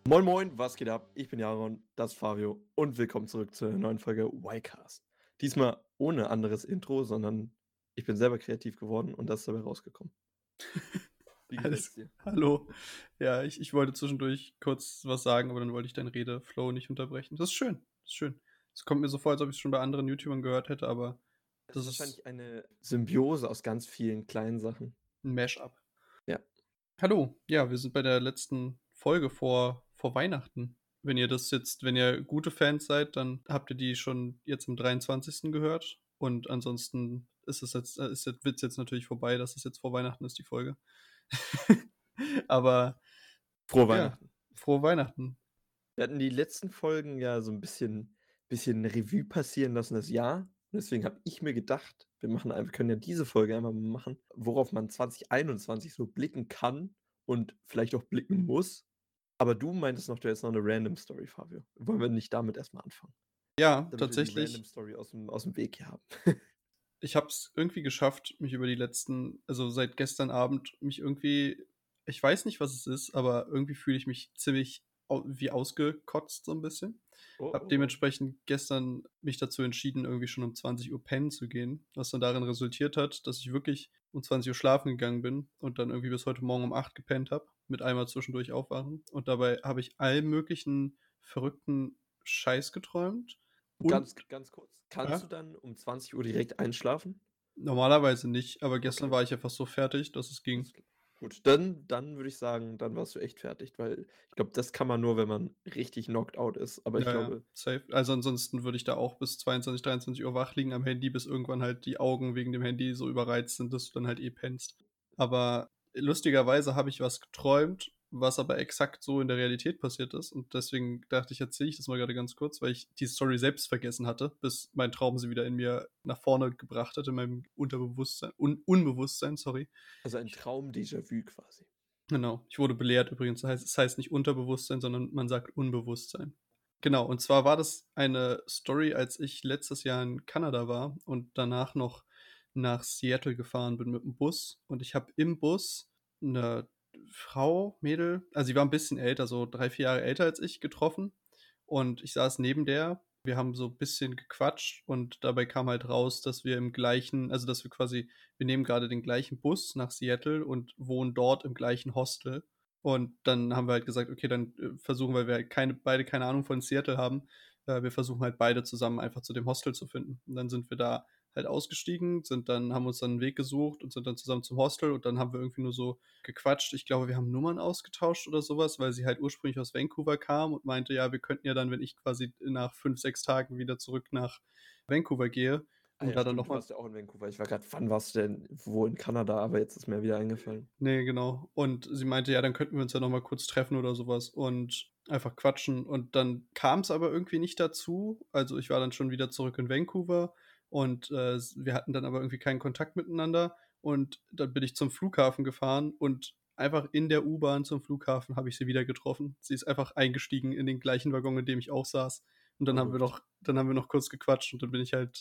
Moin Moin, was geht ab? Ich bin Jaron, das ist Fabio und willkommen zurück zur neuen Folge Ycast. Diesmal ohne anderes Intro, sondern ich bin selber kreativ geworden und das ist dabei rausgekommen. Wie gefällt's dir? Hallo. Ja, ich wollte zwischendurch kurz was sagen, aber dann wollte ich deinen Redeflow nicht unterbrechen. Das ist schön. Das ist schön. Es kommt mir so vor, als ob ich es schon bei anderen YouTubern gehört hätte, aber Das das ist ist wahrscheinlich eine Symbiose aus ganz vielen kleinen Sachen. ein Mashup. Ja. Hallo. Ja, wir sind bei der letzten Folge vor Weihnachten. Wenn ihr gute Fans seid, dann habt ihr die schon jetzt am 23. gehört. Und ansonsten wird's jetzt natürlich vorbei, dass es jetzt vor Weihnachten ist, die Folge. Aber Frohe ja, Weihnachten. frohe Weihnachten. Wir hatten die letzten Folgen ja so ein bisschen Revue passieren lassen, das Jahr. Und deswegen habe ich mir gedacht, wir können ja diese Folge einmal machen, worauf man 2021 so blicken kann und vielleicht auch blicken muss. Aber du meintest noch, du hättest noch eine Random Story, Fabio. Wollen wir nicht damit erstmal anfangen? Ja, Damit wir die Random tatsächlich. Story aus dem Weg hier haben. Ich habe es irgendwie geschafft, mich über die also seit gestern Abend, ich weiß nicht, was es ist, aber irgendwie fühle ich mich ziemlich wie ausgekotzt so ein bisschen. Oh, Hab oh, oh. dementsprechend gestern mich dazu entschieden, irgendwie schon um 20 Uhr pennen zu gehen, was dann darin resultiert hat, dass ich wirklich um 20 Uhr schlafen gegangen bin und dann irgendwie bis heute Morgen um 8 gepennt habe, mit einmal zwischendurch aufwachen. Und dabei habe ich all möglichen verrückten Scheiß geträumt. Ganz, Und ganz kurz. Kannst ja, du dann um 20 Uhr direkt einschlafen? normalerweise nicht, aber gestern Okay. war ich einfach so fertig, dass es ging. Alles klar. Gut, dann würde ich sagen, dann warst du echt fertig, weil ich glaube, das kann man nur, wenn man richtig knocked out ist. Aber ich Ja, ja, glaube, safe. Also ansonsten würde ich da auch bis 22, 23 Uhr wach liegen am Handy, bis irgendwann halt die Augen wegen dem Handy so überreizt sind, dass du dann halt pennst. Aber lustigerweise habe ich was geträumt, was aber exakt so in der Realität passiert ist. Und deswegen dachte ich, erzähle ich das mal gerade ganz kurz, weil ich die Story selbst vergessen hatte, bis mein Traum sie wieder in mir nach vorne gebracht hat, in meinem Unbewusstsein, sorry. also ein Traum-Déjà-vu quasi. Genau. Ich wurde belehrt übrigens. Es heißt nicht Unterbewusstsein, sondern man sagt Unbewusstsein. Genau. Und zwar war das eine Story, als ich letztes Jahr in Kanada war und danach noch nach Seattle gefahren bin mit dem Bus. Und ich habe im Bus eine Mädel, also sie war ein bisschen älter, so 3, 4 Jahre älter als ich, getroffen. Und ich saß neben der. Wir haben so ein bisschen gequatscht und dabei kam halt raus, dass dass wir nehmen gerade den gleichen Bus nach Seattle und wohnen dort im gleichen Hostel. Und dann haben wir halt gesagt, okay, dann versuchen, weil wir halt beide keine Ahnung von Seattle haben, wir versuchen halt beide zusammen einfach zu dem Hostel zu finden. Und dann sind wir da halt ausgestiegen, haben uns dann einen Weg gesucht und sind dann zusammen zum Hostel und dann haben wir irgendwie nur so gequatscht. Ich glaube, wir haben Nummern ausgetauscht oder sowas, weil sie halt ursprünglich aus Vancouver kam und meinte, ja, wir könnten ja dann, wenn ich quasi nach 5, 6 Tagen wieder zurück nach Vancouver gehe, Ah um ja, da dann stimmt, du nochmal. warst ja auch in Vancouver. Ich war gerade, wann warst du denn wo in Kanada? Aber jetzt ist mir wieder eingefallen. Nee, genau. Und sie meinte, ja, dann könnten wir uns ja noch mal kurz treffen oder sowas und einfach quatschen. Und dann kam es aber irgendwie nicht dazu. Also ich war dann schon wieder zurück in Vancouver und wir hatten dann aber irgendwie keinen Kontakt miteinander. Und dann bin ich zum Flughafen gefahren und einfach in der U-Bahn zum Flughafen habe ich sie wieder getroffen. Sie ist einfach eingestiegen in den gleichen Waggon, in dem ich auch saß. Und Verrückt. dann haben wir noch kurz gequatscht und dann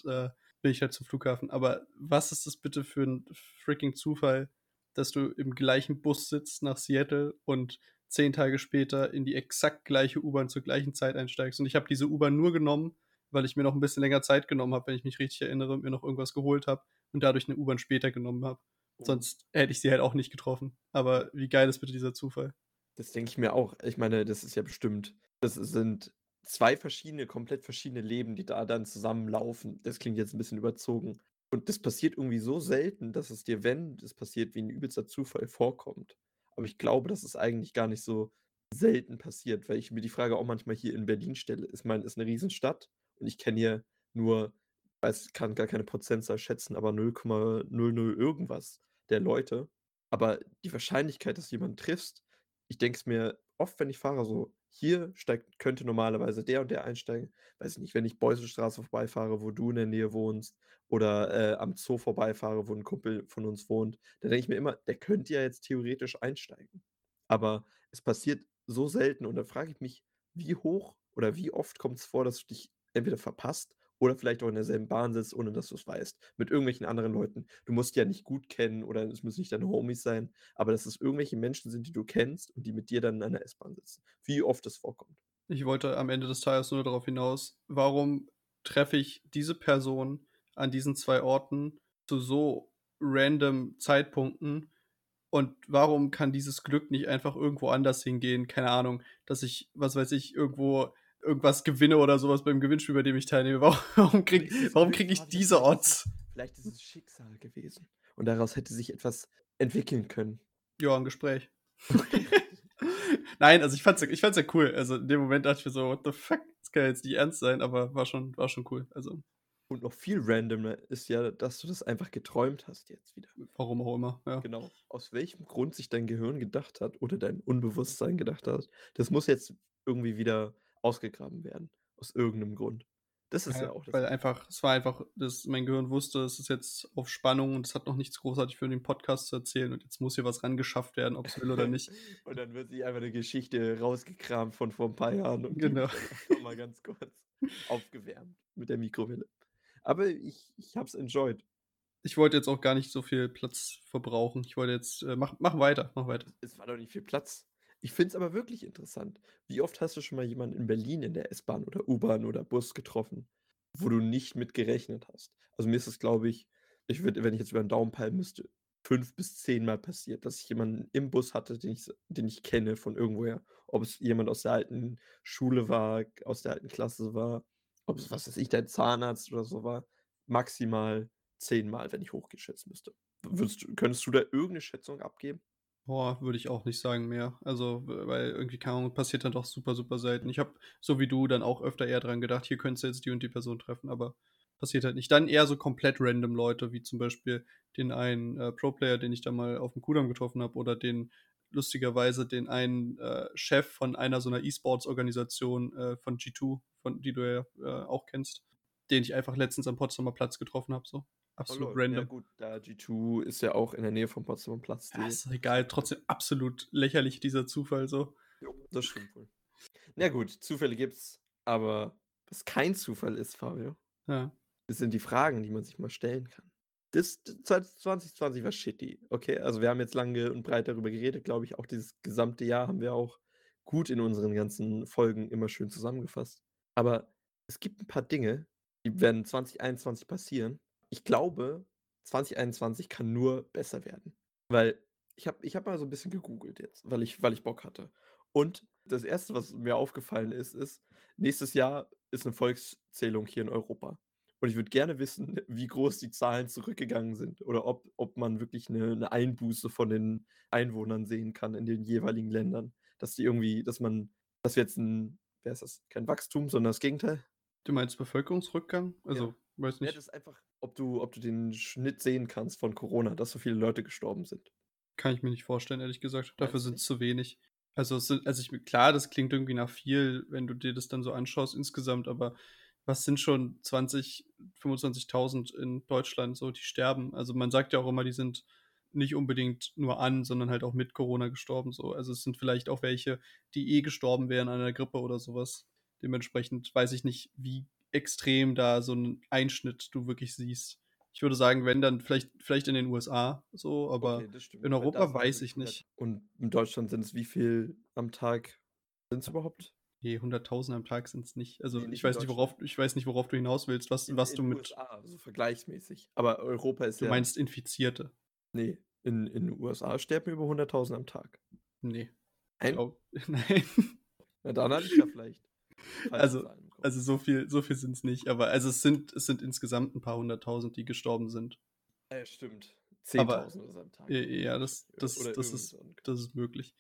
bin ich halt zum Flughafen. Aber was ist das bitte für ein freaking Zufall, dass du im gleichen Bus sitzt nach Seattle und 10 Tage später in die exakt gleiche U-Bahn zur gleichen Zeit einsteigst. Und ich habe diese U-Bahn nur genommen, weil ich mir noch ein bisschen länger Zeit genommen habe, wenn ich mich richtig erinnere, mir noch irgendwas geholt habe und dadurch eine U-Bahn später genommen habe. Oh. Sonst hätte ich sie halt auch nicht getroffen. Aber wie geil ist bitte dieser Zufall? Das denke ich mir auch. Ich meine, das ist ja bestimmt, das sind zwei komplett verschiedene Leben, die da dann zusammenlaufen. Das klingt jetzt ein bisschen überzogen. Und das passiert irgendwie so selten, dass es dir, wenn das passiert, wie ein übelster Zufall vorkommt. Aber ich glaube, dass es eigentlich gar nicht so selten passiert, weil ich mir die Frage auch manchmal hier in Berlin stelle. Ich meine, es ist eine Riesenstadt und ich kenne hier nur, kann gar keine Prozentzahl schätzen, aber 0,00 irgendwas der Leute. Aber die Wahrscheinlichkeit, dass du jemanden triffst, ich denke es mir oft, wenn ich fahre, so, hier könnte normalerweise der und der einsteigen. Weiß ich nicht, wenn ich Beuselstraße vorbeifahre, wo du in der Nähe wohnst, oder am Zoo vorbeifahre, wo ein Kumpel von uns wohnt, da denke ich mir immer, der könnte ja jetzt theoretisch einsteigen. Aber es passiert so selten und da frage ich mich, wie hoch oder wie oft kommt es vor, dass du dich entweder verpasst oder vielleicht auch in derselben Bahn sitzt, ohne dass du es weißt, mit irgendwelchen anderen Leuten. Du musst die ja nicht gut kennen oder es müssen nicht deine Homies sein, aber dass es irgendwelche Menschen sind, die du kennst und die mit dir dann in einer S-Bahn sitzen. Wie oft das vorkommt. Ich wollte am Ende des Tages nur darauf hinaus, warum treffe ich diese Person an diesen 2 Orten zu so random Zeitpunkten und warum kann dieses Glück nicht einfach irgendwo anders hingehen? Keine Ahnung, dass ich, was weiß ich, irgendwo irgendwas gewinne oder sowas beim Gewinnspiel, bei dem ich teilnehme. Warum kriege Vielleicht ist es warum Glück, krieg ich Fabian. diese Odds? Vielleicht ist es Schicksal gewesen. Und daraus hätte sich etwas entwickeln können. Ja, ein Gespräch. Nein, also ich fand's ja cool. Also in dem Moment dachte ich mir so, what the fuck, das kann ja jetzt nicht ernst sein, aber war schon cool. Also, Und noch viel randomer ist ja, dass du das einfach geträumt hast jetzt wieder. warum auch immer, ja. Genau. Aus welchem Grund sich dein Gehirn gedacht hat oder dein Unbewusstsein gedacht hat, das muss jetzt irgendwie wieder ausgegraben werden. Aus irgendeinem Grund. Das ist ja Ja, auch das weil Interessante. es war einfach, dass mein Gehirn wusste, es ist jetzt auf Spannung und es hat noch nichts großartig für den Podcast zu erzählen und jetzt muss hier was rangeschafft werden, ob es will oder nicht. Und dann wird sich einfach eine Geschichte rausgekramt von vor ein paar Jahren und die Genau. wird dann einfach mal ganz kurz aufgewärmt mit der Mikrowelle. Aber ich habe es enjoyed. Ich wollte jetzt auch gar nicht so viel Platz verbrauchen. Ich wollte jetzt, mach weiter, mach weiter. Es war doch nicht viel Platz. Ich finde es aber wirklich interessant. Wie oft hast du schon mal jemanden in Berlin in der S-Bahn oder U-Bahn oder Bus getroffen, wo du nicht mit gerechnet hast? Also mir ist es, glaube ich, wenn ich jetzt über den Daumen peilen müsste, 5 bis 10 Mal passiert, dass ich jemanden im Bus hatte, den ich kenne von irgendwoher. Ob es jemand aus der alten Schule war, aus der alten Klasse war, ob es, was weiß ich, dein Zahnarzt oder so war. Maximal 10 Mal, wenn ich hochgeschätzt müsste. Könntest du da irgendeine Schätzung abgeben? Boah, würde ich auch nicht sagen mehr. Also, weil irgendwie, keine Ahnung, passiert dann doch super, super selten. Ich habe, so wie du, dann auch öfter eher dran gedacht, hier könntest du jetzt die und die Person treffen, aber passiert halt nicht. Dann eher so komplett random Leute, wie zum Beispiel den einen Pro-Player, den ich da mal auf dem Kudamm getroffen habe, oder lustigerweise, den einen Chef von einer so einer E-Sports-Organisation von G2, die du ja auch kennst, den ich einfach letztens am Potsdamer Platz getroffen habe, so. Oh Absolut lol. Ja random. gut, da G2 ist ja auch in der Nähe vom Potsdamer Platz. Ja, Die ist doch egal, trotzdem absolut lächerlich, dieser Zufall so. Jo, das stimmt wohl. Na gut, Zufälle gibt's, aber was kein Zufall ist, Fabio, Ja. das sind die Fragen, die man sich mal stellen kann. Das 2020 war shitty, okay? Also wir haben jetzt lange und breit darüber geredet, glaube ich, auch dieses gesamte Jahr haben wir auch gut in unseren ganzen Folgen immer schön zusammengefasst. Aber es gibt ein paar Dinge, die werden 2021 passieren. Ich glaube, 2021 kann nur besser werden. Weil ich hab mal so ein bisschen gegoogelt jetzt, weil ich Bock hatte. Und das Erste, was mir aufgefallen ist, nächstes Jahr ist eine Volkszählung hier in Europa. Und ich würde gerne wissen, wie groß die Zahlen zurückgegangen sind oder ob man wirklich eine Einbuße von den Einwohnern sehen kann in den jeweiligen Ländern. Dass die irgendwie, dass wir jetzt wer ist das? Kein Wachstum, sondern das Gegenteil. Du meinst Bevölkerungsrückgang? Ja. Also, weiß Ja, nicht, das ist einfach, ob du den Schnitt sehen kannst von Corona, dass so viele Leute gestorben sind. kann ich mir nicht vorstellen, ehrlich gesagt. Dafür Meinst du sind es nicht? zu wenig. Also, klar, das klingt irgendwie nach viel, wenn du dir das dann so anschaust insgesamt, aber was sind schon 20, 25.000 in Deutschland so, die sterben? Also, man sagt ja auch immer, die sind nicht unbedingt nur an, sondern halt auch mit Corona gestorben so. Also, es sind vielleicht auch welche, die gestorben wären an einer Grippe oder sowas. Dementsprechend weiß ich nicht, wie extrem da so ein Einschnitt du wirklich siehst. Ich würde sagen, wenn dann vielleicht in den USA so, Okay, aber das stimmt. in Weil da Europa sind ja weiß wirklich ich 100. nicht. Und in Deutschland sind es wie viel am Tag sind es überhaupt? Ne, 100.000 am Tag sind es nicht. Nee, Also, nicht in Deutschland. Ich weiß nicht, worauf du hinaus willst, In was du in mit USA, so vergleichsmäßig. Aber Europa ist du ja meinst Infizierte? nee, in den USA sterben über 100.000 am Tag. Ne, Nein? glaube nein. Na, dann hatte ich ja vielleicht falsche Also Zahlen im Kopf. also, so viel sind's nicht, aber also, es sind insgesamt 'n paar 100.000, die gestorben sind. Stimmt. Aber, 10.000 oder so am Tag, glaube ich, ja, habe ich schon gehört. Oder irgendwie so 'n das ist möglich.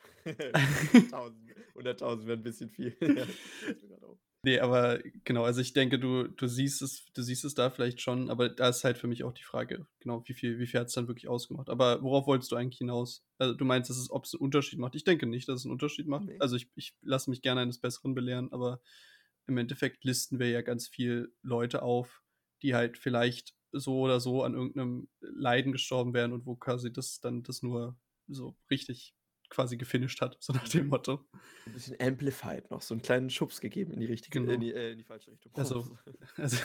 100.000 wäre ein bisschen viel. Ja, fällt mir grad auf. Ne, aber genau, also ich denke, du siehst es da vielleicht schon, aber da ist halt für mich auch die Frage, genau, wie viel hat's dann wirklich ausgemacht? Aber worauf wolltest du eigentlich hinaus? Also, du meinst, ob's 'n Unterschied macht? Ich denke nicht, dass es 'n Unterschied macht. Ne. Also, ich lasse mich gerne eines Besseren belehren, aber im Endeffekt listen wir ja ganz viel Leute auf, die halt vielleicht so oder so an irgend 'nem Leiden gestorben wären und wo quasi das nur so richtig quasi gefinisht hat, so nach dem Motto. Ein bisschen amplified noch, so einen kleinen Schubs gegeben in die richtige Genau. in die falsche Richtung. Also also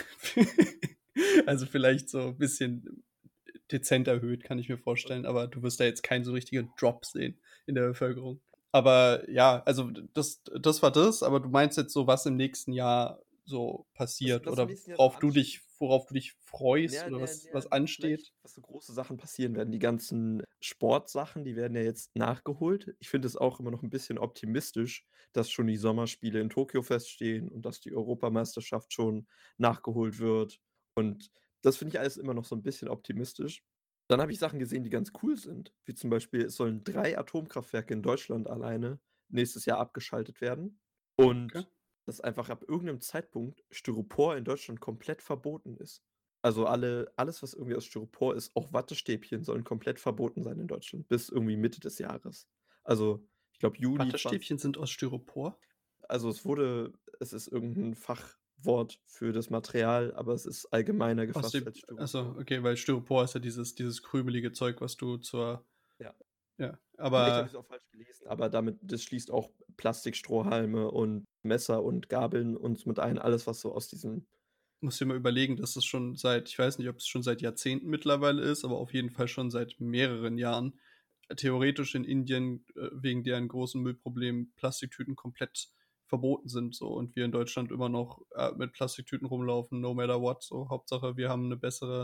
also vielleicht so 'n bisschen dezent erhöht, kann ich mir vorstellen, aber du wirst da jetzt keinen so richtigen Drop sehen in der Bevölkerung. Aber ja, also das war das, aber du meinst jetzt so, was im nächsten Jahr so passiert Was im oder nächsten Jahr so ansteht. worauf du dich freust Ja, oder ja, was ja, ansteht? vielleicht, was so große Sachen passieren werden. Die ganzen Sportsachen, die werden ja jetzt nachgeholt. Ich finde es auch immer noch ein bisschen optimistisch, dass schon die Sommerspiele in Tokio feststehen und dass die Europameisterschaft schon nachgeholt wird. Und das finde ich alles immer noch so ein bisschen optimistisch. Dann habe ich Sachen gesehen, die ganz cool sind, wie zum Beispiel, es sollen 3 Atomkraftwerke in Deutschland alleine nächstes Jahr abgeschaltet werden Okay. und dass einfach ab irgendeinem Zeitpunkt Styropor in Deutschland komplett verboten ist. Also alles, was irgendwie aus Styropor ist, auch Wattestäbchen, sollen komplett verboten sein in Deutschland bis irgendwie Mitte des Jahres. Also, ich glaube Juni 20. Wattestäbchen sind aus Styropor? Also, es ist irgendein Fachwort für das Material, aber es ist allgemeiner Aus gefasst dem als ach so, Styropor. okay, weil Styropor ist ja dieses krümelige Zeug, was du zur Ja. ja, Vielleicht habe aber ich's auch falsch gelesen, aber das schließt auch Plastikstrohhalme und Messer und Gabeln und mit ein, alles, was so aus diesem. musst dir mal überlegen, dass es schon seit ich weiß nicht, ob es schon seit Jahrzehnten mittlerweile ist, aber auf jeden Fall schon seit mehreren Jahren theoretisch in Indien, wegen deren großen Müllproblem Plastiktüten komplett verboten sind so und wir in Deutschland immer noch, mit Plastiktüten rumlaufen, no matter what, so. Hauptsache, wir haben eine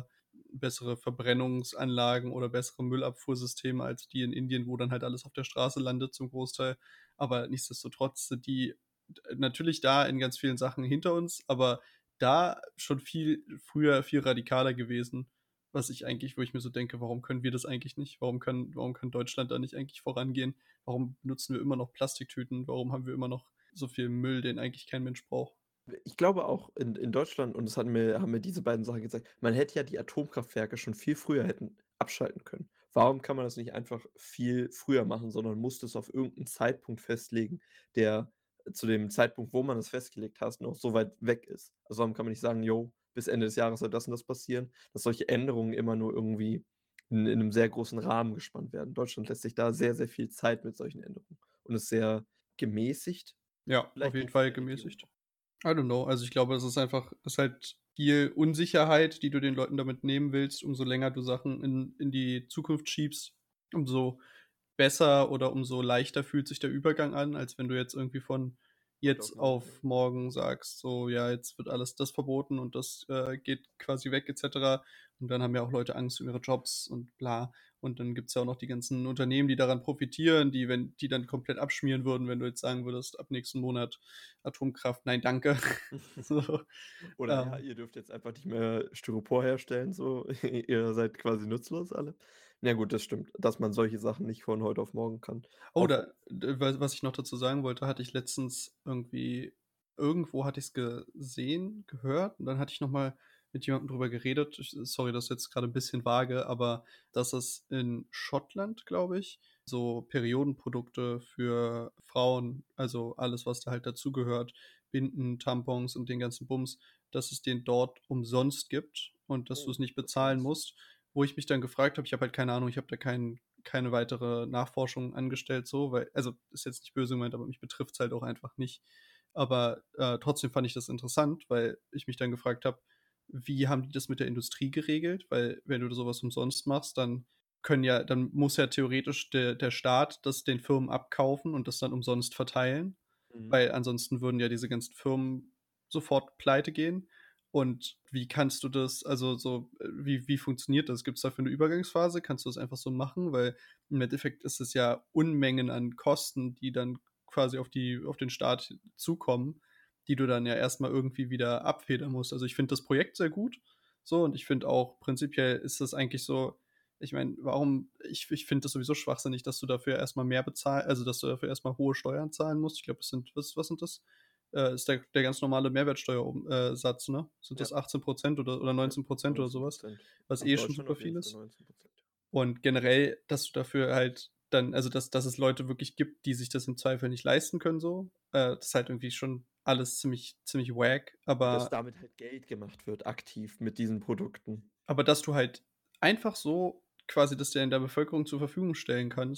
bessere Verbrennungsanlagen oder bessere Müllabfuhrsysteme als die in Indien, wo dann halt alles auf der Straße landet zum Großteil. Aber nichtsdestotrotz sind die natürlich da in ganz vielen Sachen hinter uns, aber da schon viel früher viel radikaler gewesen, was ich eigentlich wo ich mir so denke: „Warum können wir das eigentlich nicht? Warum kann Deutschland da nicht eigentlich vorangehen? Warum benutzen wir immer noch Plastiktüten? Warum haben wir immer noch so viel Müll, den eigentlich kein Mensch braucht?“ Ich glaube auch in Deutschland, und das haben mir diese beiden Sachen gezeigt, man hätte ja die Atomkraftwerke schon viel früher hätten abschalten können. Warum kann man das nicht einfach viel früher machen, sondern muss das auf irgendeinen Zeitpunkt festlegen, der zu dem Zeitpunkt, wo man es festgelegt hat, noch so weit weg ist? Also, warum kann man nicht sagen: „Jo, bis Ende des Jahres soll das und das passieren“, dass solche Änderungen immer nur irgendwie in 'nem sehr großen Rahmen gespannt werden. Deutschland lässt sich da sehr, sehr viel Zeit mit solchen Änderungen und ist sehr gemäßigt. Ja, auf Vielleicht jeden liegt's an Fall der Regierung gemäßigt. auch. I don't know. Also, ich glaube, es ist einfach es ist halt viel Unsicherheit, die du den Leuten damit nehmen willst. Umso länger du Sachen in die Zukunft schiebst, umso besser oder umso leichter fühlt sich der Übergang an, als wenn du jetzt irgendwie von Heute auf jetzt morgen, ja. auf morgen sagst, so: „Ja, jetzt wird alles das verboten und das, geht quasi weg“ et cetera. Und dann haben ja auch Leute Angst um ihre Jobs und bla. Und dann gibt's ja auch noch die ganzen Unternehmen, die daran profitieren, die dann komplett abschmieren würden, wenn du jetzt sagen würdest: „Ab nächsten Monat Atomkraft, nein, danke.“ So, Oder ja, ähm ihr dürft jetzt einfach nicht mehr Styropor herstellen, so. Ihr seid quasi nutzlos alle. Na gut, das stimmt, dass man solche Sachen nicht von heute auf morgen kann. Oh, Auch was ich noch dazu sagen wollte, hatte ich letztens irgendwie irgendwo hatte ich's gesehen, gehört und dann hatte ich noch mal mit jemandem drüber geredet. Sorry, das ist jetzt grade 'n bisschen vage, aber dass es in Schottland, glaube ich, so Periodenprodukte für Frauen, also alles, was da halt dazugehört, Binden, Tampons und den ganzen Bums, dass es den dort umsonst gibt und dass oh, du's nicht das ist bezahlen nice. musst. Wo ich mich dann gefragt habe ich habe halt keine Ahnung, ich habe da keine weitere Nachforschung angestellt so, weil also, ist jetzt nicht böse gemeint, aber mich betrifft's halt auch einfach nicht. Aber, trotzdem fand ich das interessant, weil ich mich dann gefragt habe: „Wie haben die das mit der Industrie geregelt?“ Weil wenn du so was umsonst machst, dann muss ja theoretisch der Staat das den Firmen abkaufen und das dann umsonst verteilen, Mhm. weil ansonsten würden ja diese ganzen Firmen sofort pleite gehen. Und wie kannst du das also so, wie funktioniert das? Gibt's dafür 'ne Übergangsphase? Kannst du das einfach so machen? Weil im Endeffekt ist es ja Unmengen an Kosten, die dann quasi auf den Staat zukommen, die du dann ja erst mal irgendwie wieder abfedern musst. Also, ich finde das Projekt sehr gut so und ich finde auch prinzipiell ist das eigentlich so ich meine, ich finde das sowieso schwachsinnig, dass du dafür erst mal dass du dafür erst mal hohe Steuern zahlen musst. Ich glaube, es sind was sind das? Ist der ganz normale Mehrwertsteuer Satz, ne? Sind Ja, das 18 oder ja, 19 oder so was, 19%. was In schon Deutschland super auf jeden viel Fall ist. 19%. Und generell, dass du dafür halt dann also, dass es Leute wirklich gibt, die sich das im Zweifel nicht leisten können so. Das ist halt irgendwie schon alles ziemlich wack, Und dass aber damit halt Geld gemacht wird, aktiv mit diesen Produkten. dass du halt einfach so quasi das der in der Bevölkerung zur Verfügung stellen kannst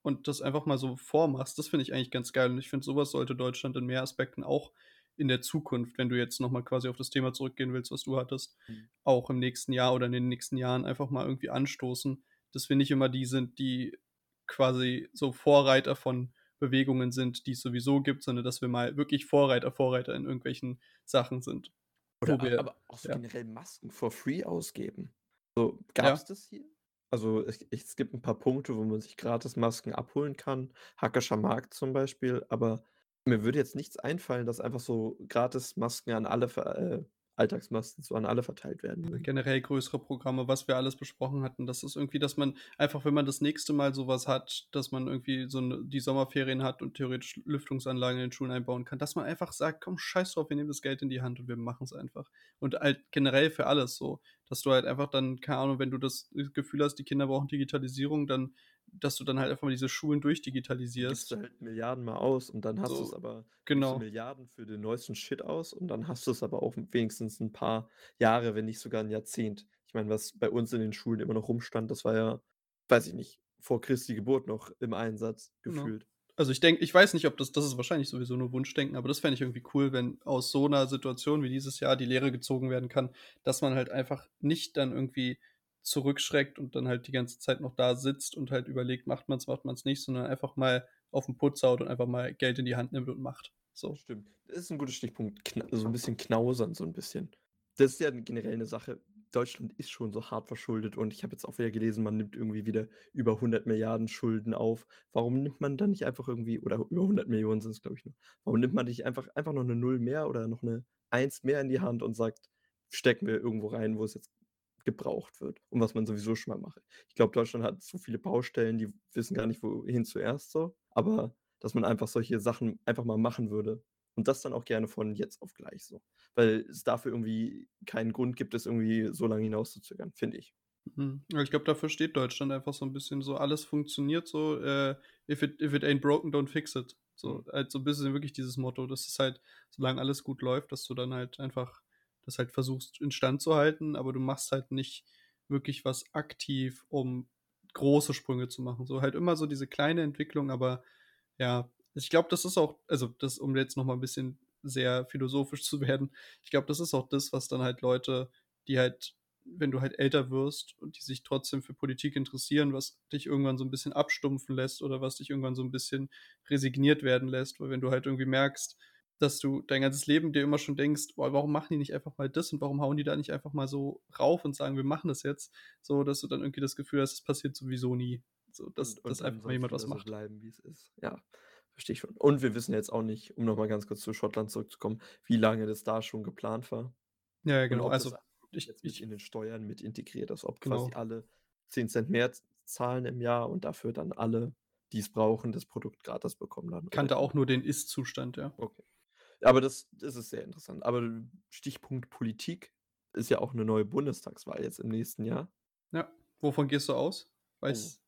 und das einfach mal so vormachst, das finde ich eigentlich ganz geil. Und ich finde, sowas sollte Deutschland in mehr Aspekten auch in der Zukunft, wenn du jetzt noch mal quasi auf das Thema zurückgehen willst, was du hattest, Mhm. auch im nächsten Jahr oder in den nächsten Jahren einfach mal irgendwie anstoßen, dass wir nicht immer die sind, die quasi so Vorreiter von Bewegungen sind, die es sowieso gibt, sondern dass wir mal wirklich Vorreiter in irgendwelchen Sachen sind, wo Oder wir aber auch so ja, generell Masken for free ausgeben. So, gab's ja, das hier? Also, es gibt ein paar Punkte, wo man sich gratis Masken abholen kann, Hackescher Markt zum Beispiel, aber mir würde jetzt nichts einfallen, dass einfach so gratis Masken an alle Alltagsmasken so an alle verteilt werden würden. generell größere Programme, was wir alles besprochen hatten. Das ist irgendwie, dass man einfach, wenn man das nächste Mal so was hat, dass man irgendwie so 'ne die Sommerferien hat und theoretisch Lüftungsanlagen in den Schulen einbauen kann, dass man einfach sagt: „Komm, scheiß drauf, wir nehmen das Geld in die Hand und wir machen's einfach.“ Und halt generell für alles so, dass du halt einfach dann, keine Ahnung, wenn du das Gefühl hast, die Kinder brauchen Digitalisierung, dann dass du dann halt einfach mal diese Schulen Dann gibst du durchdigitalisierst. halt Milliarden mal aus und dann hast du's So, aber dann gibst du genau. Milliarden für den neuesten Shit aus und dann hast du's aber auch wenigstens 'n paar Jahre, wenn nicht sogar 'n Jahrzehnt. Ich meine, was bei uns in den Schulen immer noch rumstand, das war ja, weiß ich nicht, vor Christi Geburt noch im Einsatz Genau. gefühlt. Also, ich denke, ich weiß nicht, ob das ist wahrscheinlich sowieso nur Wunschdenken, aber das fände ich irgendwie cool, wenn aus so 'ner Situation wie dieses Jahr die Lehre gezogen werden kann, dass man halt einfach nicht dann irgendwie zurückschreckt und dann halt die ganze Zeit noch da sitzt und halt überlegt, macht man's nicht, sondern einfach mal auf 'n Putz haut und einfach mal Geld in die Hand nimmt und macht. So. Stimmt. Das ist 'n guter Stichpunkt. So 'n bisschen knausern, so 'n bisschen. Das ist ja generell 'ne Sache. Deutschland ist schon so hart verschuldet und ich habe jetzt auch wieder gelesen, man nimmt irgendwie wieder über 100 Milliarden Schulden auf. Warum nimmt man dann nicht einfach irgendwie oder über 100 Millionen sind's, glaube ich, nur. Warum nimmt man nicht einfach noch 'ne Null mehr oder noch 'ne Eins mehr in die Hand und sagt: „Stecken wir irgendwo rein, wo es jetzt gebraucht wird“ und was man sowieso schon mal mache. Ich glaube, Deutschland hat so viele Baustellen, die wissen gar nicht, wohin zuerst so, aber dass man einfach solche Sachen einfach mal machen würde und das dann auch gerne von jetzt auf gleich so, weil es dafür irgendwie keinen Grund gibt, es irgendwie so lange hinauszuzögern, finde ich. Ja, ich glaube, dafür steht Deutschland einfach so 'n bisschen so, alles funktioniert so, „If it ain't broken, don't fix it.“ Mhm. So, halt so 'n bisschen wirklich dieses Motto. Das ist halt, solange alles gut läuft, dass du dann halt einfach das halt versuchst instand zu halten, aber du machst halt nicht wirklich was aktiv, um große Sprünge zu machen. So halt immer so diese kleine Entwicklung, aber ja, ich glaube, das ist auch, also, das, um jetzt noch mal 'n bisschen sehr philosophisch zu werden, ich glaube, das ist auch das, was dann halt Leute, die halt, wenn du halt älter wirst und die sich trotzdem für Politik interessieren, was dich irgendwann so 'n bisschen abstumpfen lässt oder was dich irgendwann so 'n bisschen resigniert werden lässt. Weil wenn du halt irgendwie merkst, dass du dein ganzes Leben dir immer schon denkst: „Boah, warum machen die nicht einfach mal das und warum hauen die da nicht einfach mal so rauf und sagen, wir machen das jetzt?“ So, dass du dann irgendwie das Gefühl hast, es passiert sowieso nie. So, dass Und dann einfach mal soll es jemand was wieder so macht. bleiben, wie es ist. Ja, verstehe ich schon. Und wir wissen jetzt auch nicht, um noch mal ganz kurz zu Schottland zurückzukommen, wie lange das da schon geplant war Ja, ja, und genau. ob das Also, einfach wirklich ich jetzt mit ich in den Steuern mit integriert ist, ob quasi genau. alle 10 Cent mehr zahlen im Jahr und dafür dann alle, die es brauchen, das Produkt gratis bekommen dann oder Kannte wie. auch nur den Ist-Zustand, ja. Okay. Aber das ist sehr interessant. Aber Stichpunkt Politik ist ja auch 'ne neue Bundestagswahl jetzt im nächsten Jahr. Ja. Wovon gehst du aus? Oh, Weiß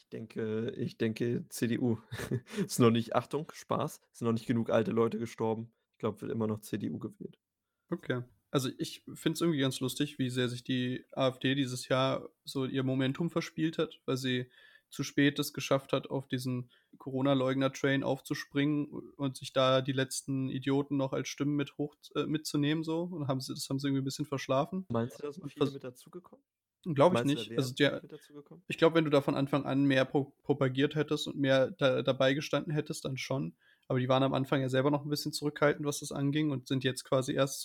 ich denke CDU. Ist noch nicht Achtung, Spaß, sind noch nicht genug alte Leute gestorben. Ich glaube, wird immer noch CDU gewählt. Okay. Also, ich finde es irgendwie ganz lustig, wie sehr sich die AfD dieses Jahr so ihr Momentum verspielt hat, weil sie zu spät es geschafft hat, auf diesen Corona-Leugner-Train aufzuspringen und sich da die letzten Idioten noch als Stimmen mitzunehmen so, und das haben sie irgendwie 'n bisschen verschlafen Meinst du, da sind und viele mit dazugekommen? glaube ich Meinst du, da nicht. Also, wären viele der mit dazugekommen? ich glaube, wenn du da von Anfang an mehr propagiert hättest und mehr dabei gestanden hättest, dann schon. Aber die waren am Anfang ja selber noch ein bisschen zurückhaltend, was das anging, und sind jetzt quasi erst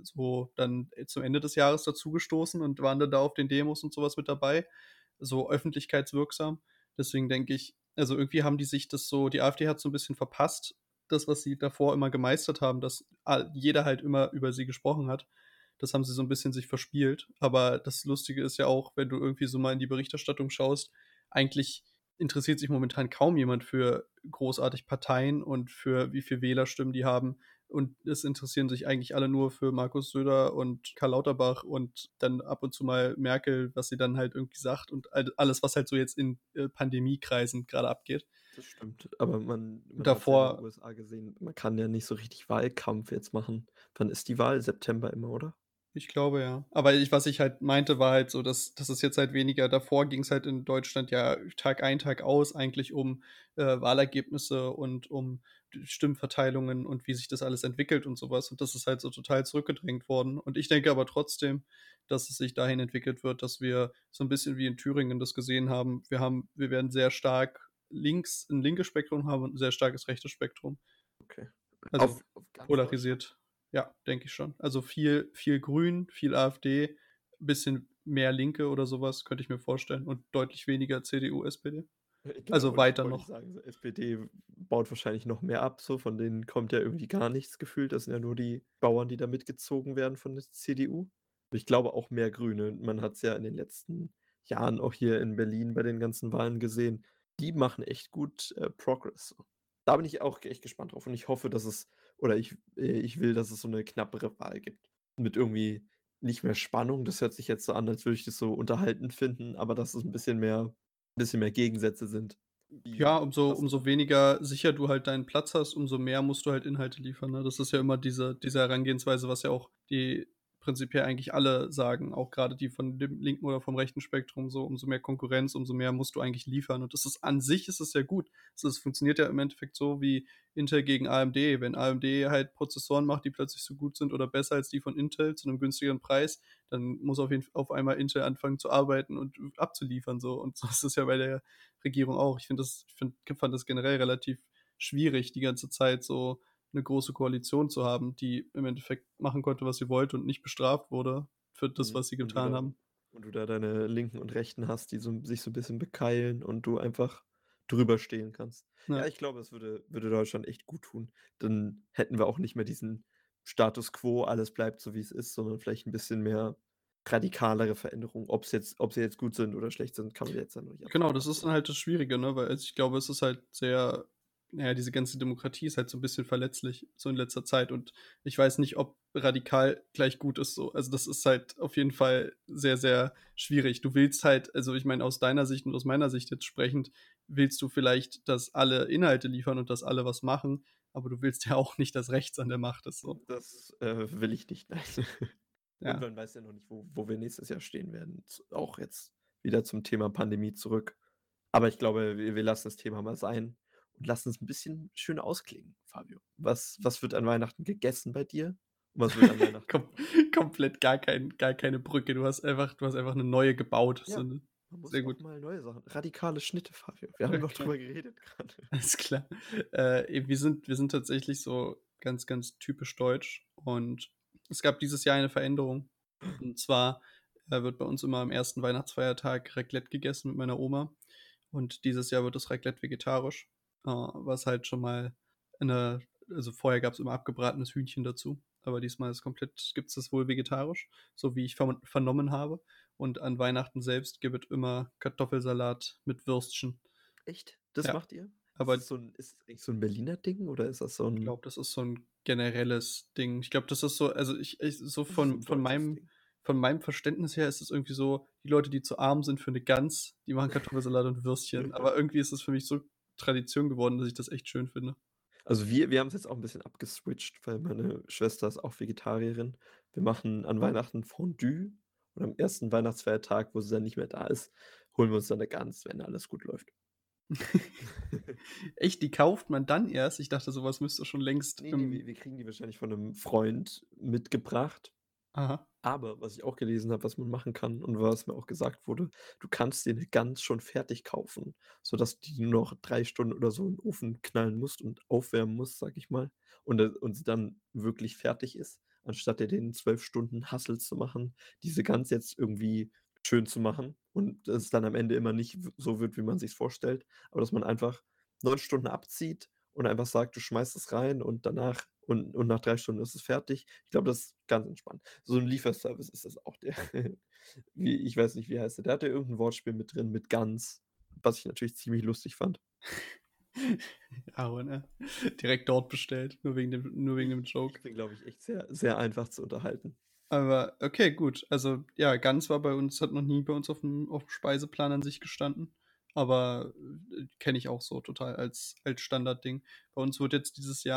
zum Ende des Jahres dazugestoßen und waren dann da auf den Demos und sowas mit dabei, so öffentlichkeitswirksam. Deswegen denke ich, also, irgendwie haben die AfD hat so ein bisschen verpasst, das, was sie davor immer gemeistert haben, dass jeder halt immer über sie gesprochen hat. Das haben sie so ein bisschen sich verspielt. Aber das Lustige ist ja auch, wenn du irgendwie so mal in die Berichterstattung schaust, eigentlich interessiert sich momentan kaum jemand für großartig Parteien und für wie viel Wählerstimmen die haben. Und es interessieren sich eigentlich alle nur für Markus Söder und Karl Lauterbach und dann ab und zu mal Merkel, was sie dann halt irgendwie sagt, und alles, was halt so jetzt in, Pandemiekreisen gerade abgeht. Das stimmt, aber man hat's ja in den Davor USA gesehen, man kann ja nicht so richtig Wahlkampf jetzt machen. Wann ist die Wahl? September immer, oder? Ich glaube, ja. Aber was ich halt meinte, war halt so, dass es jetzt halt weniger davor ging es halt in Deutschland ja Tag ein, Tag aus eigentlich um, Wahlergebnisse und um Stimmverteilungen und wie sich das alles entwickelt und sowas. Und das ist halt so total zurückgedrängt worden. Und ich denke aber trotzdem, dass es sich dahin entwickelt wird, dass wir so ein bisschen wie in Thüringen das gesehen haben. Wir werden sehr stark ein linkes Spektrum haben und ein sehr starkes rechtes Spektrum. Okay. Also Auf ganz Deutschland? polarisiert. Ja, denke ich schon. Also viel Grün, viel AfD, bisschen mehr Linke oder sowas, könnte ich mir vorstellen. Und deutlich weniger CDU, SPD. Genau, Also wollte weiter wollte ich noch. sagen, so SPD baut wahrscheinlich noch mehr ab, so, von denen kommt ja irgendwie gar nichts gefühlt. Das sind ja nur die Bauern, die da mitgezogen werden von der CDU. Ich glaube auch mehr Grüne. Man hat es ja in den letzten Jahren auch hier in Berlin bei den ganzen Wahlen gesehen. Die machen echt gut Progress. Da bin ich auch echt gespannt drauf und ich hoffe, dass es, oder ich will, dass es so eine knappere Wahl gibt. Mit irgendwie nicht mehr Spannung. Das hört sich jetzt so an, als würde ich das so unterhaltend finden, aber dass es ein bisschen mehr Gegensätze sind, Ja, wie umso was umso man. weniger sicher du halt deinen Platz hast, umso mehr musst du halt Inhalte liefern, ne? Das ist ja immer diese Herangehensweise, was ja auch die prinzipiell eigentlich alle sagen, auch gerade die von dem linken oder vom rechten Spektrum so, umso mehr Konkurrenz, umso mehr musst du eigentlich liefern. Und das ist an sich ist es ja gut. Es funktioniert ja im Endeffekt so wie Intel gegen AMD. Wenn AMD halt Prozessoren macht, die plötzlich so gut sind oder besser als die von Intel zu einem günstigeren Preis, dann muss auf einmal Intel anfangen zu arbeiten und abzuliefern so. Und so ist es ja bei der Regierung auch. Fand das generell relativ schwierig, die ganze Zeit so eine große Koalition zu haben, die im Endeffekt machen konnte, was sie wollte und nicht bestraft wurde für das, Mhm. was sie Und du getan da haben. und du da deine Linken und Rechten hast, die sich so ein bisschen bekeilen und du einfach drüber stehen kannst. Ja, Ja. ich glaube, es würde Deutschland echt gut tun. Dann hätten wir auch nicht mehr diesen Status quo, alles bleibt so, wie es ist, sondern vielleicht ein bisschen mehr radikalere Veränderungen. Ob sie jetzt gut sind oder schlecht sind, kann man jetzt ja noch nicht Genau, abschließend das ist dann absagen. halt das Schwierige, ne? Weil ich glaube, es ist halt sehr diese ganze Demokratie ist halt so ein bisschen verletzlich so in letzter Zeit und ich weiß nicht, ob radikal gleich gut ist so. Also, das ist halt auf jeden Fall sehr, sehr schwierig. Du willst halt also, ich meine, aus deiner Sicht und aus meiner Sicht jetzt sprechend, willst du vielleicht, dass alle Inhalte liefern und dass alle was machen, aber du willst ja auch nicht, dass rechts an der Macht ist so. Das will ich nicht, nein. Und Ja. man weiß ja noch nicht, wo wir nächstes Jahr stehen werden. Auch jetzt wieder zum Thema Pandemie zurück. Aber ich glaube, wir lassen das Thema mal sein und lassen es ein bisschen schön ausklingen, Fabio. Was wird an Weihnachten gegessen bei dir? Und was wird an Weihnachten Kom gemacht? komplett gar keine Brücke. Du hast einfach eine neue gebaut. Ja, So 'ne man muss sehr auch gut. mal neue Sachen, radikale Schnitte, Fabio. Wir haben noch Okay, drüber geredet gerade. alles klar. Wir sind tatsächlich so ganz, ganz typisch deutsch und es gab dieses Jahr eine Veränderung. Und zwar, wird bei uns immer am ersten Weihnachtsfeiertag Raclette gegessen mit meiner Oma und dieses Jahr wird das Raclette vegetarisch, was halt schon mal 'ne also vorher gab's immer abgebratenes Hühnchen dazu, aber diesmal gibt's das wohl vegetarisch, so wie ich vernommen habe. Und an Weihnachten selbst gibt es immer Kartoffelsalat mit Würstchen. Echt? Das Ja, macht ihr? aber Ist das eigentlich so ein Berliner Ding oder ist das so ich ein glaube, das ist so 'n generelles Ding. Ich glaube, das ist so also ich so das ist so 'n deutsches Ding? von meinem Verständnis her ist es irgendwie so, die Leute, die zu arm sind für 'ne Gans, die machen Kartoffelsalat und Würstchen. Aber irgendwie ist es für mich so Tradition geworden, dass ich das echt schön finde. Also, wir haben es jetzt auch 'n bisschen abgeswitcht, weil meine Schwester ist auch Vegetarierin. Wir machen an Weihnachten Fondue und am ersten Weihnachtsfeiertag, wo sie dann nicht mehr da ist, holen wir uns dann 'ne Gans, wenn alles gut läuft. Echt, die kauft man dann erst? Ich dachte, so was müsste schon längst Ne, ne, im wir kriegen die wahrscheinlich von 'nem Freund mitgebracht. aha. Aber was ich auch gelesen habe, was man machen kann und was mir auch gesagt wurde, du kannst dir 'ne Gans schon fertig kaufen, sodass du die nur noch 3 Stunden oder so in den Ofen knallen musst und aufwärmen musst, sage ich mal, und sie dann wirklich fertig ist, anstatt dir den 12 Stunden Hassel zu machen, diese Gans jetzt irgendwie schön zu machen und dass es dann am Ende immer nicht so wird, wie man sich's vorstellt, aber dass man einfach 9 Stunden abzieht und einfach sagt, du schmeißt es rein und danach und nach 3 Stunden ist es fertig. Ich glaube, das ist ganz entspannt. So 'n Lieferservice ist das auch, der wie ich weiß nicht, wie heißt der? Der hatte irgend 'n Wortspiel mit drin mit Gans, was ich natürlich ziemlich lustig fand. Aber, ne? Direkt dort bestellt, nur wegen dem Ich Joke. bin, glaube ich, echt sehr, sehr einfach zu unterhalten. Aber okay, gut. Also, ja, Gans war bei uns hat noch nie bei uns auf'm Speiseplan an sich gestanden, aber, kenne ich auch so total als Standardding. Bei uns wird jetzt dieses Jahr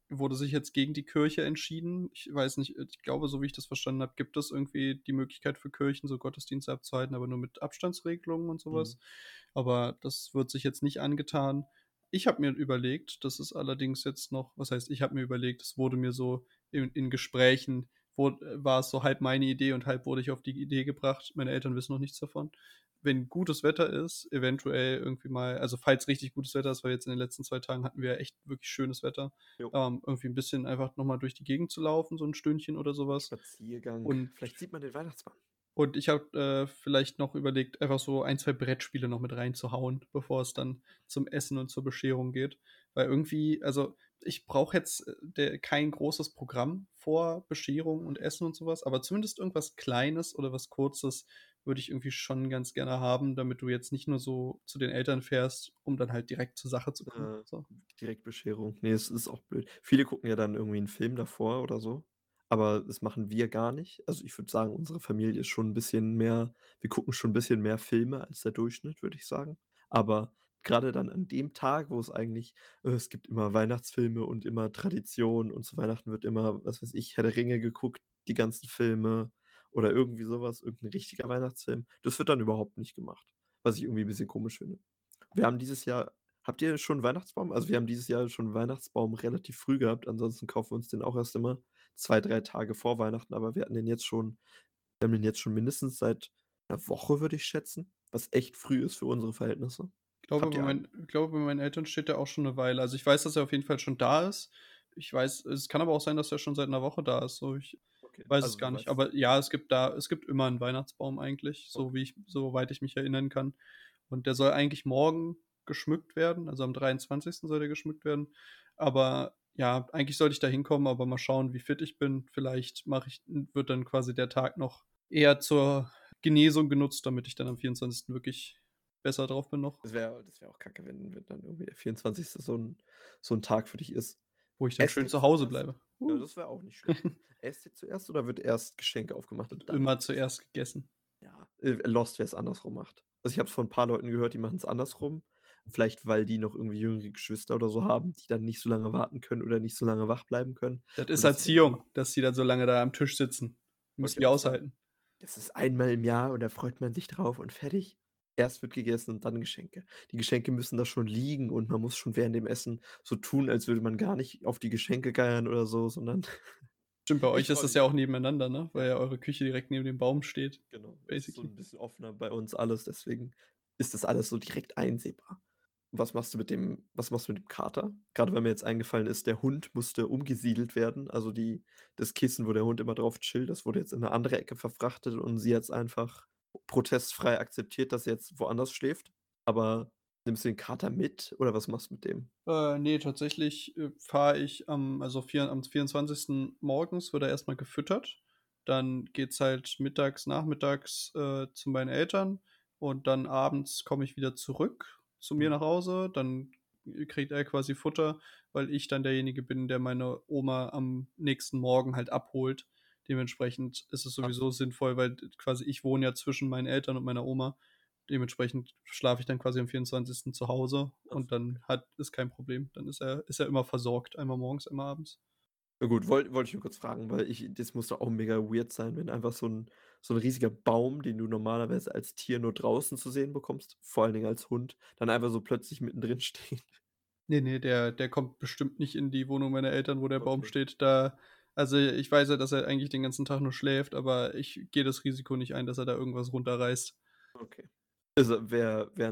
wurde sich jetzt gegen die Kirche entschieden. Ich weiß nicht, ich glaube, so wie ich das verstanden habe, gibt es irgendwie die Möglichkeit für Kirchen, so Gottesdienste abzuhalten, aber nur mit Abstandsregelungen und sowas. Mhm. Aber das wird sich jetzt nicht angetan. Ich habe mir überlegt, das ist allerdings jetzt noch, was heißt, ich habe mir überlegt, es wurde mir so in Gesprächen, war es so halb meine Idee und halb wurde ich auf die Idee gebracht. Meine Eltern wissen noch nichts davon. Wenn gutes Wetter ist, eventuell irgendwie mal, also falls richtig gutes Wetter ist, weil jetzt in den letzten 2 Tagen hatten wir echt wirklich schönes Wetter, Jo. irgendwie ein bisschen einfach nochmal durch die Gegend zu laufen, so ein Stündchen oder sowas. Spaziergang. Und Vielleicht sieht man den Weihnachtsmann. und ich habe vielleicht noch überlegt, einfach so ein, 2 Brettspiele noch mit reinzuhauen, bevor es dann zum Essen und zur Bescherung geht. Weil irgendwie, also ich brauche jetzt kein großes Programm vor Bescherung und Essen und sowas, aber zumindest irgendwas Kleines oder was Kurzes würde ich irgendwie schon ganz gerne haben, damit du jetzt nicht nur so zu den Eltern fährst, um dann halt direkt zur Sache zu kommen. Äh, So. Direktbescherung. Ne, es ist auch blöd. Viele gucken ja dann irgendwie 'n Film davor oder so, aber das machen wir gar nicht. Also, ich würde sagen, unsere Familie ist schon 'n bisschen mehr, wir gucken schon 'n bisschen mehr Filme als der Durchschnitt, würde ich sagen. Aber grade dann an dem Tag, wo es eigentlich es gibt immer Weihnachtsfilme und immer Tradition und zu Weihnachten wird immer, was weiß ich, Herr der Ringe geguckt, die ganzen Filme oder irgendwie so was, irgend 'n richtiger Weihnachtsfilm. Das wird dann überhaupt nicht gemacht, was ich irgendwie 'n bisschen komisch finde. Wir haben dieses Jahr Habt ihr schon 'n Weihnachtsbaum? Also, wir haben dieses Jahr schon 'n Weihnachtsbaum relativ früh gehabt, ansonsten kaufen wir uns den auch erst immer 2, 3 Tage vor Weihnachten, aber wir haben den jetzt schon mindestens seit 'ner Woche, würde ich schätzen, was echt früh ist für unsere Verhältnisse. Habt ihr einen? Ich glaube, bei meinen Eltern steht der auch schon eine Weile. Also, ich weiß, dass er auf jeden Fall schon da ist. Ich weiß, es kann aber auch sein, dass er schon seit einer Woche da ist, so, ich Okay, weiß es also gar du nicht. weißt, Aber ja, es gibt immer einen Weihnachtsbaum eigentlich, okay. soweit ich mich erinnern kann. Und der soll eigentlich morgen geschmückt werden, also am 23. soll der geschmückt werden. Aber ja, eigentlich sollte ich da hinkommen, aber mal schauen, wie fit ich bin. Vielleicht wird dann quasi der Tag noch eher zur Genesung genutzt, damit ich dann am 24. wirklich besser drauf bin noch, Das wäre auch kacke, wenn dann irgendwie der 24. so 'n Tag für dich ist. wo ich dann Esst schön ihr zu Hause zuerst? bleibe. Ja, das wäre auch nicht schlecht. Esst ihr zuerst oder wird erst Geschenke aufgemacht und dann Immer gegessen? zuerst gegessen. Ja, lost, wer's andersrum macht. Also, ich habe es von 'n paar Leuten gehört, die machen's andersrum. Vielleicht, weil die noch irgendwie jüngere Geschwister oder so haben, die dann nicht so lange warten können oder nicht so lange wach bleiben können. Das Und ist das ist halt Erziehung, dass die dann so lange da am Tisch sitzen. wollte Müssen ich die auch sagen. aushalten. Das ist einmal im Jahr und da freut man sich drauf und fertig. Erst wird gegessen und dann Geschenke. Die Geschenke müssen da schon liegen und man muss schon während dem Essen so tun, als würde man gar nicht auf die Geschenke geiern oder so, sondern Stimmt, bei ich euch ist freue das mich ja auch drauf. nebeneinander, ne? Weil Ja, ja eure Küche direkt neben dem Baum steht, genau. Es ist so basically. 'n bisschen offener bei uns alles, deswegen ist das alles so direkt einsehbar. Was machst du mit dem Kater? Grade weil mir jetzt eingefallen ist, der Hund musste umgesiedelt werden. Also, das Kissen, wo der Hund immer drauf chillt, das wurde jetzt in 'ne andere Ecke verfrachtet und sie hat's einfach protestfrei akzeptiert, dass er jetzt woanders schläft. Aber nimmst du den Kater mit oder was machst du mit dem? Ne, tatsächlich, fahre ich am 24. morgens wird er erst mal gefüttert. Dann geht's halt nachmittags, zu meinen Eltern und dann abends komme ich wieder zurück zu mir Mhm. nach Hause. Dann kriegt er quasi Futter, weil ich dann derjenige bin, der meine Oma am nächsten Morgen halt abholt. Dementsprechend ist es Ach sowieso so, sinnvoll, weil quasi ich wohne ja zwischen meinen Eltern und meiner Oma. Dementsprechend schlafe ich dann quasi am 24. zu Hause ach und so, okay. dann ist kein Problem. Dann ist er immer versorgt, einmal morgens, einmal abends. Na gut, wollte ich nur kurz fragen, weil das muss doch auch mega weird sein, wenn einfach so 'n riesiger Baum, den du normalerweise als Tier nur draußen zu sehen bekommst, vor allen Dingen als Hund, dann einfach so plötzlich mittendrin steht. Ne, der kommt bestimmt nicht in die Wohnung meiner Eltern, wo der Baum Okay, steht. Also, ich weiß ja, dass er eigentlich den ganzen Tag nur schläft, aber ich gehe das Risiko nicht ein, dass er da irgendwas runterreißt. okay. Also, wäre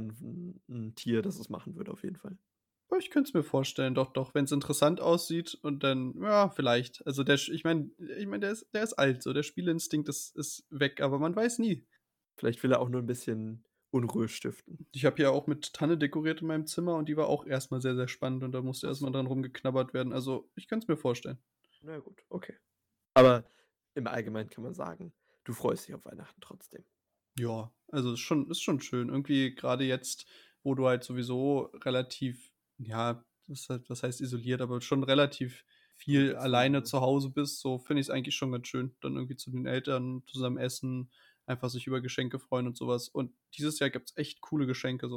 'n Tier, das es machen würde auf jeden Fall. Aber ich könnte es mir vorstellen, doch, doch, wenn es interessant aussieht und dann ja, vielleicht. Also, ich meine, der ist alt so, der Spielinstinkt ist weg, aber man weiß nie. Vielleicht will er auch nur 'n bisschen Unruhe stiften. Ich habe ja auch mit Tanne dekoriert in meinem Zimmer und die war auch erst mal sehr, sehr spannend und da musste Ach erst mal so, dran rumgeknabbert werden. Also, ich könnte es mir vorstellen. na gut, okay. Aber im Allgemeinen kann man sagen, du freust dich auf Weihnachten trotzdem. Ja, also ist schon schön. Irgendwie gerade jetzt, wo du halt sowieso relativ, ja, was heißt isoliert, aber schon relativ viel Zurückgezogen alleine zu bist. Hause bist, so finde ich es eigentlich schon ganz schön, dann irgendwie zu den Eltern zusammen essen, einfach sich über Geschenke freuen und sowas. Und dieses Jahr gibt's echt coole Geschenke so.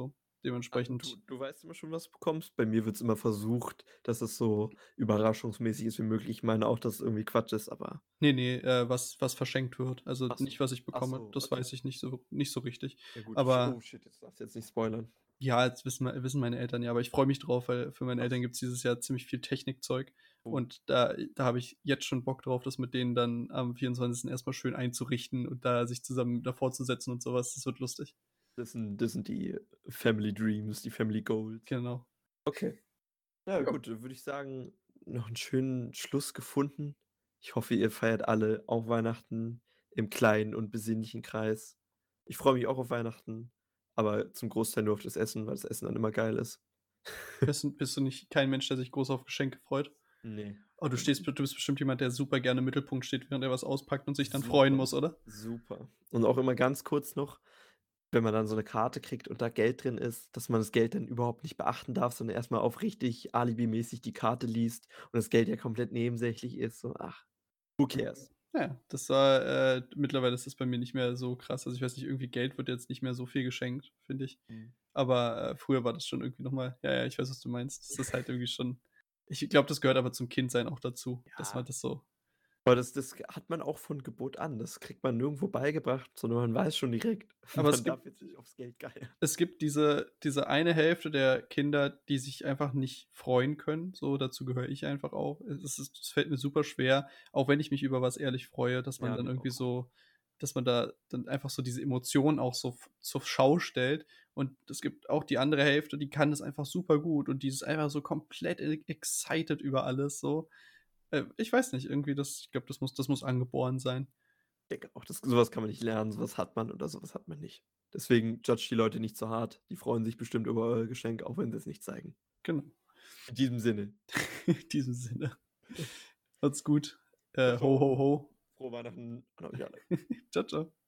dementsprechend. Du weißt immer schon, was du bekommst. Bei mir wird es immer versucht, dass es so überraschungsmäßig ist wie möglich. Ich meine auch, dass es irgendwie Quatsch ist, aber Nee, was verschenkt wird. Also, ach nicht, so. was ich Ach bekomme. so, Das okay. weiß ich nicht so richtig. Ja gut. Oh Aber shit, jetzt darfst du jetzt nicht spoilern. ja, jetzt wissen meine Eltern ja, aber ich freue mich drauf, weil für meine Ach Eltern so. gibt es dieses Jahr ziemlich viel Technikzeug Oh, und da habe ich jetzt schon Bock drauf, das mit denen dann am 24. erst mal schön einzurichten und da sich zusammen davor zu setzen und so was. Das wird lustig. das sind die Family Dreams, die Family Goals. Genau. Okay. Ja Ja. gut, dann würde ich sagen, noch einen schönen Schluss gefunden. Ich hoffe, ihr feiert alle auch Weihnachten im kleinen und besinnlichen Kreis. Ich freue mich auch auf Weihnachten, aber zum Großteil nur auf das Essen, weil das Essen dann immer geil ist. Bist du nicht kein Mensch, der sich groß auf Geschenke freut? Ne. Oh, du bist bestimmt jemand, der super gerne im Mittelpunkt steht, während er was auspackt und sich dann freuen Super, muss, oder? super. Und auch immer ganz kurz noch, wenn man dann so 'ne Karte kriegt und da Geld drin ist, dass man das Geld dann überhaupt nicht beachten darf, sondern erst mal auf richtig alibimäßig die Karte liest und das Geld ja komplett nebensächlich ist, so, ach, who cares? Ja, das war mittlerweile ist das bei mir nicht mehr so krass. Also, ich weiß nicht, irgendwie Geld wird jetzt nicht mehr so viel geschenkt, finde ich. Mhm. Aber, früher war das schon irgendwie noch mal ja, ich weiß, was du meinst. Das ist halt irgendwie schon ich glaube, das gehört aber zum Kindsein auch dazu, dass man Ja. das so Aber das hat man auch von Geburt an. Das kriegt man nirgendwo beigebracht, sondern man weiß schon direkt, aber man darf jetzt nicht aufs Geld geiern. es gibt diese eine Hälfte der Kinder, die sich einfach nicht freuen können, so, dazu gehöre ich einfach auch. Es fällt mir super schwer, auch wenn ich mich über was ehrlich freue, dass man Ja, dann mir irgendwie auch. so dass man da dann einfach so diese Emotionen auch so zur Schau stellt. Und es gibt auch die andere Hälfte, die kann das einfach super gut und die ist einfach so komplett excited über alles so. Ich weiß nicht, irgendwie ich glaube, das muss angeboren sein. Ich denke auch, so was kann man nicht lernen, so was hat man oder so was hat man nicht. Deswegen judge die Leute nicht zu hart. Die freuen sich bestimmt über euer Geschenk, auch wenn sie's nicht zeigen. Genau. In diesem Sinne. In diesem Sinne. Macht's gut. Tschau, Ho, tschau. ho, ho. Frohe Weihnachten an euch alle. Ciao, ciao.